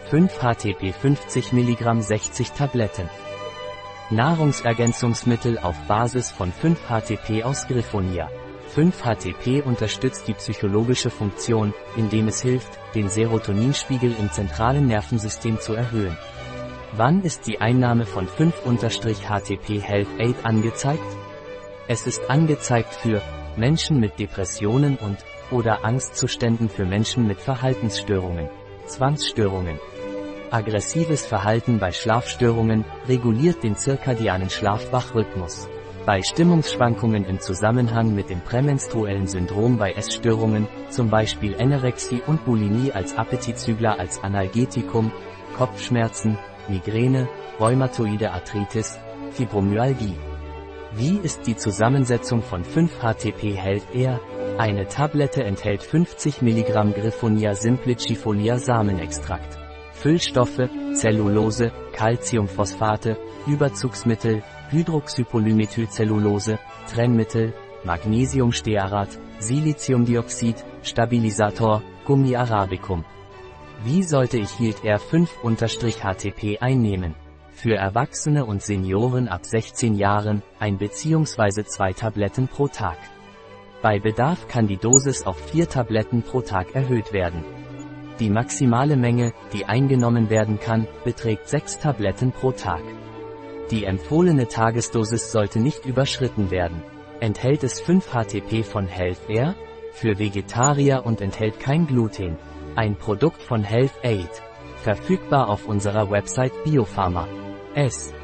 5 HTP 50 mg 60 Tabletten. Nahrungsergänzungsmittel auf Basis von 5 HTP aus Griffonia. 5 HTP unterstützt die psychologische Funktion, indem es hilft, den Serotoninspiegel im zentralen Nervensystem zu erhöhen. Wann ist die Einnahme von 5-HTP Health Aid angezeigt? Es ist angezeigt für Menschen mit Depressionen oder Angstzuständen, für Menschen mit Verhaltensstörungen, Zwangsstörungen. Aggressives Verhalten bei Schlafstörungen reguliert den zirkadianen Schlaf-Wach-Rhythmus. Bei Stimmungsschwankungen im Zusammenhang mit dem prämenstruellen Syndrom, bei Essstörungen, zum Beispiel Anorexie und Bulimie als Appetitzügler, als Analgetikum, Kopfschmerzen, Migräne, rheumatoide Arthritis, Fibromyalgie. Wie ist die Zusammensetzung von 5 HTP Health Air? Eine Tablette enthält 50 mg Griffonia simplicifolia Samenextrakt. Füllstoffe, Zellulose, Calciumphosphate, Überzugsmittel, Hydroxypolymethylcellulose, Trennmittel, Magnesiumstearat, Siliziumdioxid, Stabilisator, Gummi arabicum. Wie sollte ich Health Air 5-HTP einnehmen? Für Erwachsene und Senioren ab 16 Jahren, 1 bzw. 2 Tabletten pro Tag. Bei Bedarf kann die Dosis auf 4 Tabletten pro Tag erhöht werden. Die maximale Menge, die eingenommen werden kann, beträgt 6 Tabletten pro Tag. Die empfohlene Tagesdosis sollte nicht überschritten werden. Enthält es 5 HTP von Health Air? Für Vegetarier und enthält kein Gluten. Ein Produkt von Health Aid. Verfügbar auf unserer Website Biopharma.